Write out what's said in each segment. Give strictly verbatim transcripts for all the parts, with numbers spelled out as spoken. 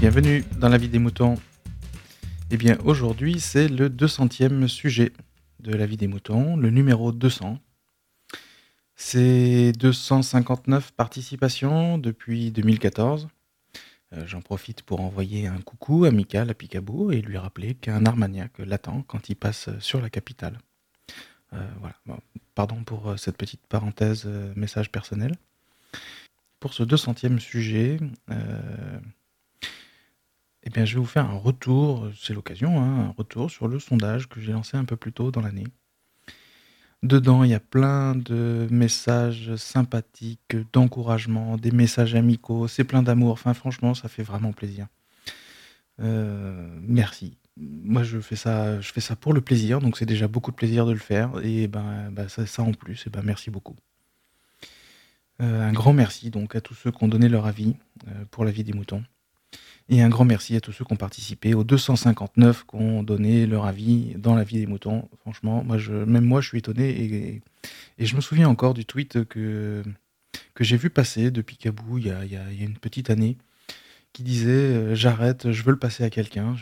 Bienvenue dans la vie des moutons. Eh bien, aujourd'hui, c'est le deux centième sujet de la vie des moutons, le numéro deux cents. C'est deux cent cinquante-neuf participations depuis deux mille quatorze. Euh, j'en profite pour envoyer un coucou amical à Picaboo et lui rappeler qu'un Armagnac l'attend quand il passe sur la capitale. Euh, voilà. Bon, pardon pour euh, cette petite parenthèse, euh, message personnel. Pour ce deux centième sujet, euh, eh bien, je vais vous faire un retour, c'est l'occasion, hein, un retour sur le sondage que j'ai lancé un peu plus tôt dans l'année. Dedans, il y a plein de messages sympathiques, d'encouragement, des messages amicaux, c'est plein d'amour. Enfin, franchement, ça fait vraiment plaisir. Euh, merci. Moi, je fais ça, je fais ça pour le plaisir, donc c'est déjà beaucoup de plaisir de le faire. Et ben, ben ça, ça en plus, et ben merci beaucoup. Euh, un grand merci donc à tous ceux qui ont donné leur avis euh, pour la vie des moutons. Et un grand merci à tous ceux qui ont participé, aux deux cent cinquante-neuf qui ont donné leur avis dans la vie des moutons. Franchement, moi je, même moi je suis étonné et, et je me souviens encore du tweet que, que j'ai vu passer de Picaboo il y a, il y a, il y a une petite année qui disait euh, j'arrête, je veux le passer à quelqu'un.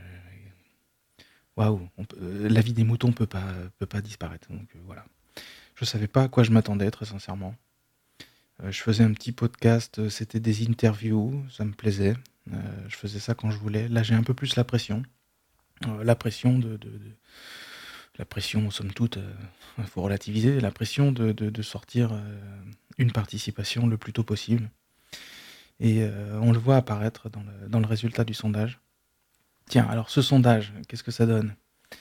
Waouh, on peut- euh, la vie des moutons peut pas, peut pas disparaître. Donc euh, voilà. Je savais pas à quoi je m'attendais très sincèrement. Euh, je faisais un petit podcast, euh, c'était des interviews, ça me plaisait. Euh, je faisais ça quand je voulais. Là, j'ai un peu plus la pression. Euh, la pression de, de- de- La pression, somme toute, il faut relativiser, la pression de, de- de sortir euh, une participation le plus tôt possible. Et euh, on le voit apparaître dans le, dans le résultat du sondage. Tiens, alors ce sondage, qu'est-ce que ça donne?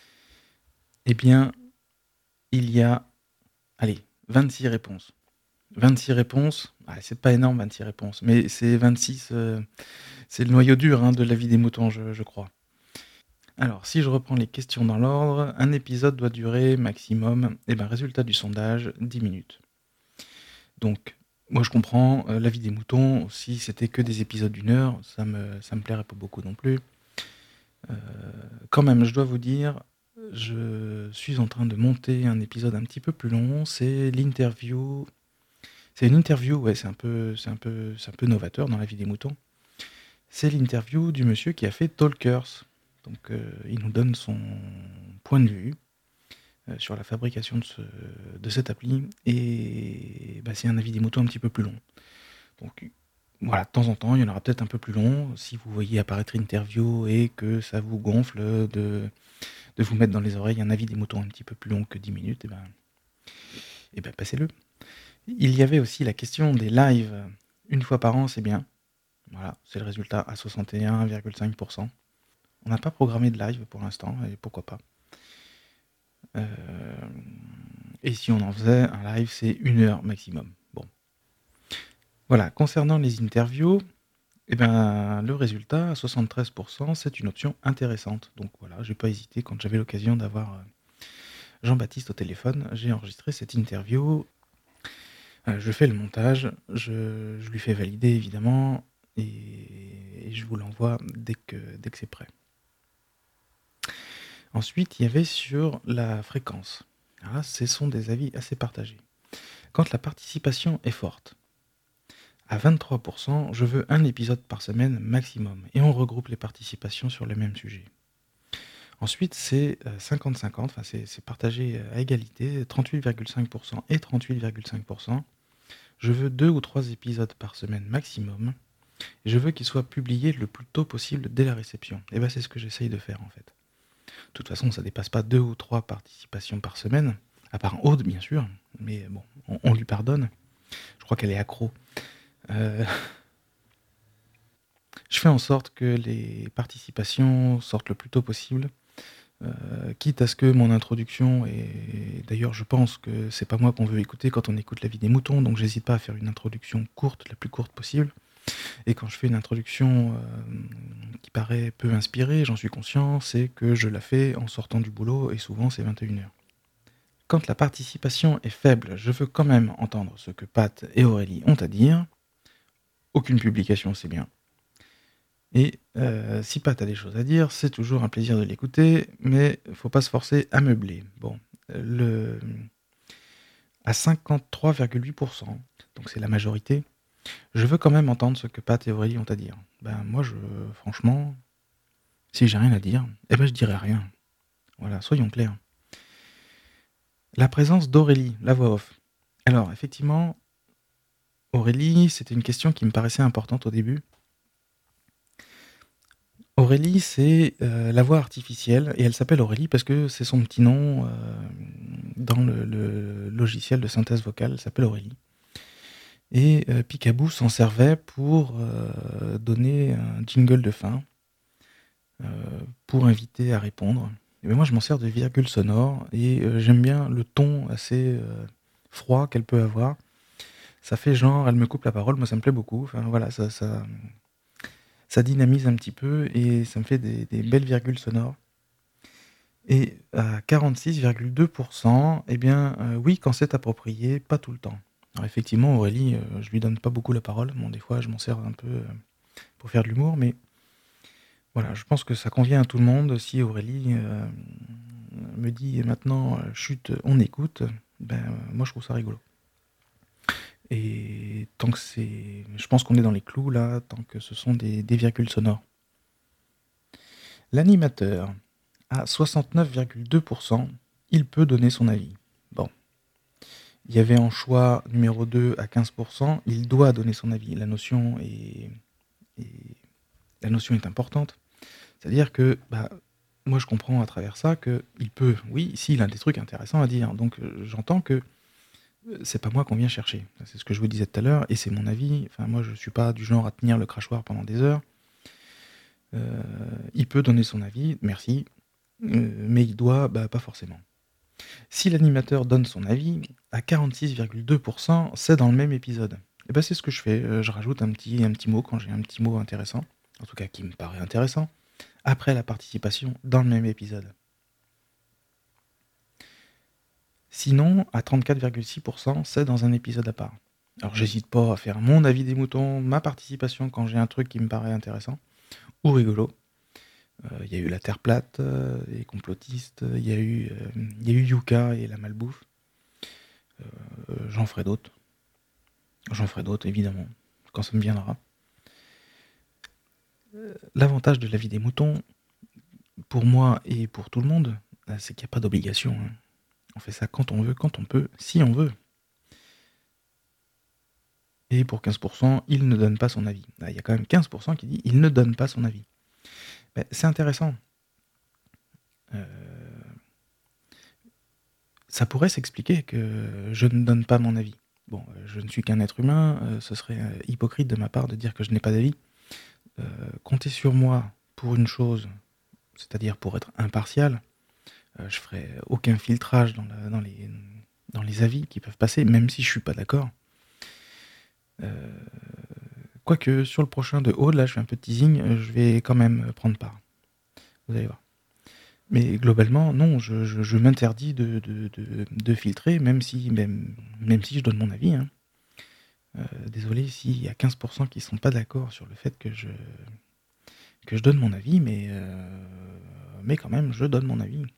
Eh bien, il y a, allez, vingt-six réponses. vingt-six réponses, ah, c'est pas énorme vingt-six réponses, mais c'est vingt-six, euh, c'est le noyau dur hein, de la vie des moutons, je, je crois. Alors, si je reprends les questions dans l'ordre, un épisode doit durer maximum, et ben résultat du sondage, dix minutes. Donc, moi je comprends, euh, la vie des moutons, si c'était que des épisodes d'une heure, ça me, ça me plairait pas beaucoup non plus. Euh, quand même, je dois vous dire, je suis en train de monter un épisode un petit peu plus long, c'est l'interview. C'est une interview, ouais, c'est un peu, c'est un peu, c'est un peu novateur dans la vie des moutons. C'est l'interview du monsieur qui a fait Talkers. Donc, euh, il nous donne son point de vue euh, sur la fabrication de, ce, de cette appli. Et bah, c'est un avis des moutons un petit peu plus long. Donc, voilà, de temps en temps, il y en aura peut-être un peu plus long. Si vous voyez apparaître interview et que ça vous gonfle de, de vous mettre dans les oreilles un avis des moutons un petit peu plus long que dix minutes, et ben, et ben passez-le. Il y avait aussi la question des lives. Une fois par an, c'est bien. Voilà, c'est le résultat à soixante et un virgule cinq pour cent. On n'a pas programmé de live pour l'instant, et pourquoi pas. Euh, et si on en faisait un live, c'est une heure maximum. Bon. Voilà, concernant les interviews, eh ben, le résultat à soixante-treize pour cent, c'est une option intéressante. Donc voilà, j'ai pas hésité quand j'avais l'occasion d'avoir euh, Jean-Baptiste au téléphone, j'ai enregistré cette interview. Euh, je fais le montage, je, je lui fais valider évidemment, et, et je vous l'envoie dès que, dès que c'est prêt. Ensuite, il y avait sur la fréquence. Ah, ce sont des avis assez partagés. Quand la participation est forte, à vingt-trois pour cent, je veux un épisode par semaine maximum, et on regroupe les participations sur le même sujet. Ensuite, c'est cinquante cinquante, enfin c'est, c'est partagé à égalité, trente-huit virgule cinq pour cent et trente-huit virgule cinq pour cent. Je veux deux ou trois épisodes par semaine maximum, et je veux qu'ils soient publiés le plus tôt possible dès la réception. Et bien c'est ce que j'essaye de faire en fait. De toute façon, ça dépasse pas deux ou trois participations par semaine, à part Aude bien sûr, mais bon, on, on lui pardonne. Je crois qu'elle est accro. Euh... Je fais en sorte que les participations sortent le plus tôt possible, euh, quitte à ce que mon introduction, et d'ailleurs je pense que c'est pas moi qu'on veut écouter quand on écoute la vie des moutons, donc j'hésite pas à faire une introduction courte, la plus courte possible. Et quand je fais une introduction euh, qui paraît peu inspirée, j'en suis conscient, c'est que je la fais en sortant du boulot, et souvent c'est vingt et une heures. Quand la participation est faible, je veux quand même entendre ce que Pat et Aurélie ont à dire. Aucune publication, c'est bien. Et euh, si Pat a des choses à dire, c'est toujours un plaisir de l'écouter, mais faut pas se forcer à meubler. Bon, le... à cinquante-trois virgule huit pour cent, donc c'est la majorité, Je veux quand même entendre ce que Pat et Aurélie ont à dire. Ben moi, je, franchement, si j'ai rien à dire, eh ben je dirai rien. Voilà, soyons clairs. La présence d'Aurélie, la voix off. Alors, effectivement, Aurélie, c'était une question qui me paraissait importante au début. Aurélie, c'est euh, la voix artificielle, et elle s'appelle Aurélie parce que c'est son petit nom euh, dans le, le logiciel de synthèse vocale, elle s'appelle Aurélie. Et euh, Picaboo s'en servait pour euh, donner un jingle de fin, euh, pour inviter à répondre. Et ben moi, je m'en sers de virgule sonore, et euh, j'aime bien le ton assez euh, froid qu'elle peut avoir. Ça fait genre, elle me coupe la parole, moi ça me plaît beaucoup. Enfin voilà, ça, ça, ça dynamise un petit peu et ça me fait des, des belles virgules sonores. Et à quarante-six virgule deux pour cent, eh bien euh, oui, quand c'est approprié, pas tout le temps. Alors effectivement, Aurélie, euh, je lui donne pas beaucoup la parole. Bon, des fois, je m'en sers un peu euh, pour faire de l'humour, mais voilà, je pense que ça convient à tout le monde. Si Aurélie euh, me dit maintenant, euh, chut, on écoute, ben euh, moi je trouve ça rigolo. Et tant que c'est... Je pense qu'on est dans les clous là, tant que ce sont des, des virgules sonores. L'animateur, à soixante-neuf virgule deux pour cent, il peut donner son avis. Bon. Il y avait en choix numéro deux à quinze pour cent, il doit donner son avis. La notion est, est... La notion est importante. C'est-à-dire que, bah, moi je comprends à travers ça qu'il peut, oui, s'il a des trucs intéressants à dire. Donc euh, j'entends que c'est pas moi qu'on vient chercher. C'est ce que je vous disais tout à l'heure, et c'est mon avis. Enfin, moi, je suis pas du genre à tenir le crachoir pendant des heures. Euh, il peut donner son avis, merci, euh, mais il doit, bah, pas forcément. Si l'animateur donne son avis, à quarante-six virgule deux pour cent, c'est dans le même épisode. Et ben c'est ce que je fais. Euh, je rajoute un petit, un petit mot quand j'ai un petit mot intéressant, en tout cas qui me paraît intéressant, après la participation dans le même épisode. Sinon, à trente-quatre virgule six pour cent, c'est dans un épisode à part. Alors j'hésite pas à faire mon avis des moutons, ma participation quand j'ai un truc qui me paraît intéressant ou rigolo. Il euh, y a eu la Terre plate, euh, les complotistes, il y a eu, euh, y a eu Yuka et la malbouffe. Euh, j'en ferai d'autres. J'en ferai d'autres, évidemment, quand ça me viendra. Euh, L'avantage de la vie des moutons, pour moi et pour tout le monde, c'est qu'il n'y a pas d'obligation. Hein. On fait ça quand on veut, quand on peut, si on veut. Et pour quinze pour cent, il ne donne pas son avis. Il y a quand même quinze pour cent qui dit il ne donne pas son avis. Ben, c'est intéressant. Euh, ça pourrait s'expliquer que je ne donne pas mon avis. Bon, je ne suis qu'un être humain, euh, ce serait euh, hypocrite de ma part de dire que je n'ai pas d'avis. Euh, comptez sur moi pour une chose, c'est-à-dire pour être impartial. Euh, je ferai aucun filtrage dans, la, dans, les, dans les avis qui peuvent passer, même si je suis pas d'accord. Euh, quoique, sur le prochain de Aude, là, je fais un peu de teasing, je vais quand même prendre part. Vous allez voir. Mais globalement, non, je, je, je m'interdis de, de, de, de filtrer, même si, même, même si je donne mon avis. Hein. Euh, désolé s'il y a quinze pour cent qui ne sont pas d'accord sur le fait que je, que je donne mon avis, mais, euh, mais quand même, je donne mon avis.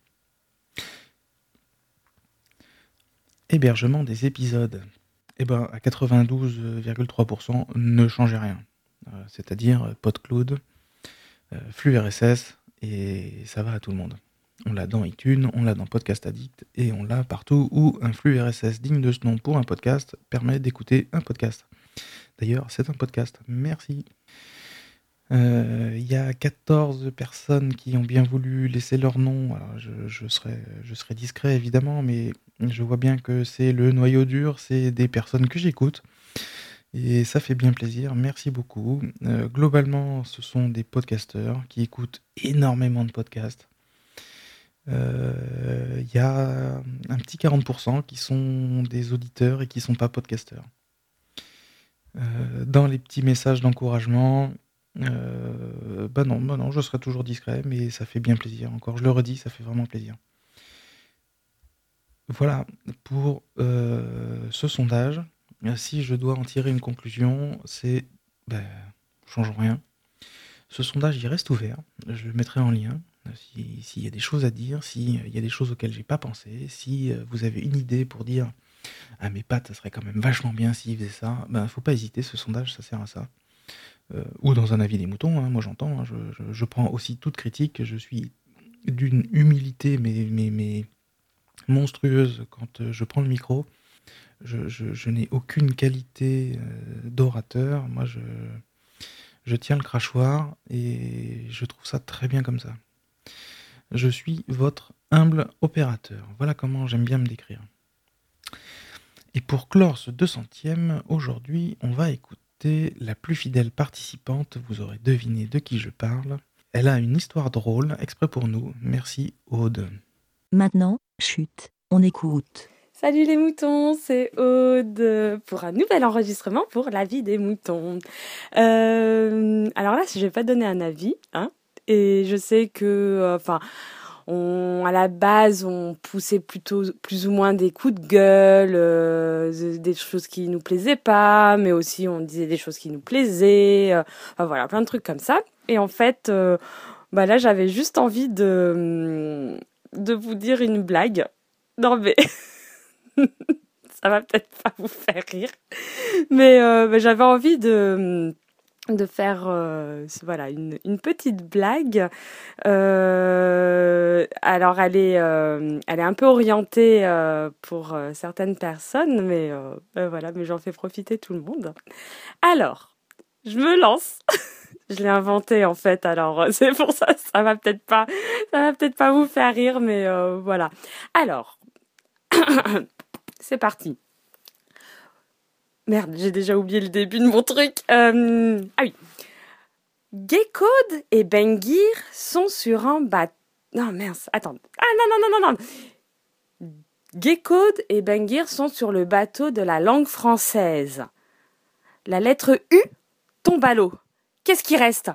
Hébergement des épisodes. Eh ben, à quatre-vingt-douze virgule trois pour cent, ne changez rien. Euh, c'est-à-dire PodCloud, euh, flux R S S, et ça va à tout le monde. On l'a dans iTunes, on l'a dans Podcast Addict, et on l'a partout où un flux R S S digne de ce nom pour un podcast permet d'écouter un podcast. D'ailleurs, c'est un podcast. Merci. Il euh, y a quatorze personnes qui ont bien voulu laisser leur nom. Alors, je, je, serai, je serai discret, évidemment, mais je vois bien que c'est le noyau dur, c'est des personnes que j'écoute. Et ça fait bien plaisir, merci beaucoup. Euh, globalement, ce sont des podcasteurs qui écoutent énormément de podcasts. Il euh, y a un petit quarante pour cent qui sont des auditeurs et qui ne sont pas podcasteurs. Euh, dans les petits messages d'encouragement, euh, bah non, bah non, je serai toujours discret, mais ça fait bien plaisir. Encore, je le redis, ça fait vraiment plaisir. Voilà pour euh, ce sondage. Si je dois en tirer une conclusion, c'est... Ben, changeons rien. Ce sondage, il reste ouvert. Je le mettrai en lien. S'il si y a des choses à dire, s'il y a des choses auxquelles j'ai pas pensé, si vous avez une idée pour dire «Ah mes pattes, ça serait quand même vachement bien s'ils faisaient ça», ben, faut pas hésiter, ce sondage, ça sert à ça. Heu, ou dans un avis des moutons, hein, moi j'entends, hein, je je je prends aussi toute critique, je suis d'une humilité mais mais mais monstrueuse quand, heu, je prends le micro. Je je je n'ai aucune qualité, heu, d'orateur. Moi je je tiens le crachoir et je trouve ça très bien comme ça. Je suis votre humble opérateur. Voilà comment j'aime bien me décrire. Et pour clore ce deux centième, aujourd'hui, on va écouter la plus fidèle participante. Vous aurez deviné de qui je parle. Elle a une histoire drôle, exprès pour nous. Merci Aude. Maintenant, chut, on écoute. Salut les moutons, c'est Aude pour un nouvel enregistrement pour la vie des moutons. Euh, alors là, je vais pas donner un avis, hein, et je sais que, enfin, on, à la base, on poussait plutôt plus ou moins des coups de gueule, euh, des choses qui nous plaisaient pas, mais aussi on disait des choses qui nous plaisaient, euh, enfin voilà, plein de trucs comme ça. Et en fait, euh, bah là, j'avais juste envie de de vous dire une blague. Non mais ça va peut-être pas vous faire rire, mais, euh, mais j'avais envie de, de faire euh, voilà, une, une petite blague. Euh, alors, elle est, euh, elle est un peu orientée euh, pour euh, certaines personnes, mais, euh, ben voilà, mais j'en fais profiter tout le monde. Alors, je me lance. Je l'ai inventé en fait, alors c'est pour ça, ça va peut-être pas, ça va peut-être pas vous faire rire, mais euh, voilà. Alors. C'est parti. Merde, j'ai déjà oublié le début de mon truc. Euh, ah oui. Gekode et Bengir sont sur un bateau. Non, mince, attends. Ah non, non, non, non, non. Gekode et Bengir sont sur le bateau de la langue française. La lettre U tombe à l'eau. Qu'est-ce qui reste?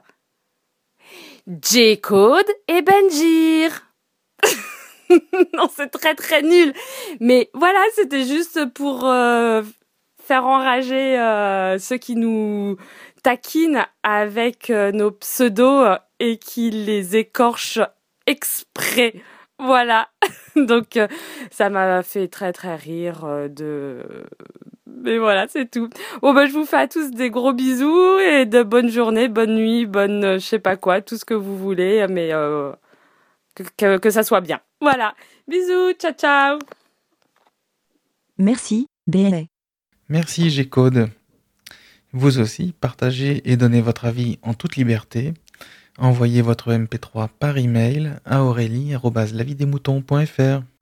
Gekode et Bengir. Non, c'est très très nul. Mais voilà, c'était juste pour euh, faire enrager euh, ceux qui nous taquinent avec euh, nos pseudos et qui les écorchent exprès. Voilà. Donc, euh, ça m'a fait très très rire euh, de... Mais voilà, c'est tout. Bon, bah, je vous fais à tous des gros bisous et de bonnes journées, bonne nuit, bonne euh, je sais pas quoi, tout ce que vous voulez, mais... Euh... Que, que, que ça soit bien. Voilà. Bisous, ciao, ciao. Merci, B L A. Merci G-Code. Vous aussi, partagez et donnez votre avis en toute liberté. Envoyez votre M P trois par email à aurélie arobase lavidesmoutons point fr.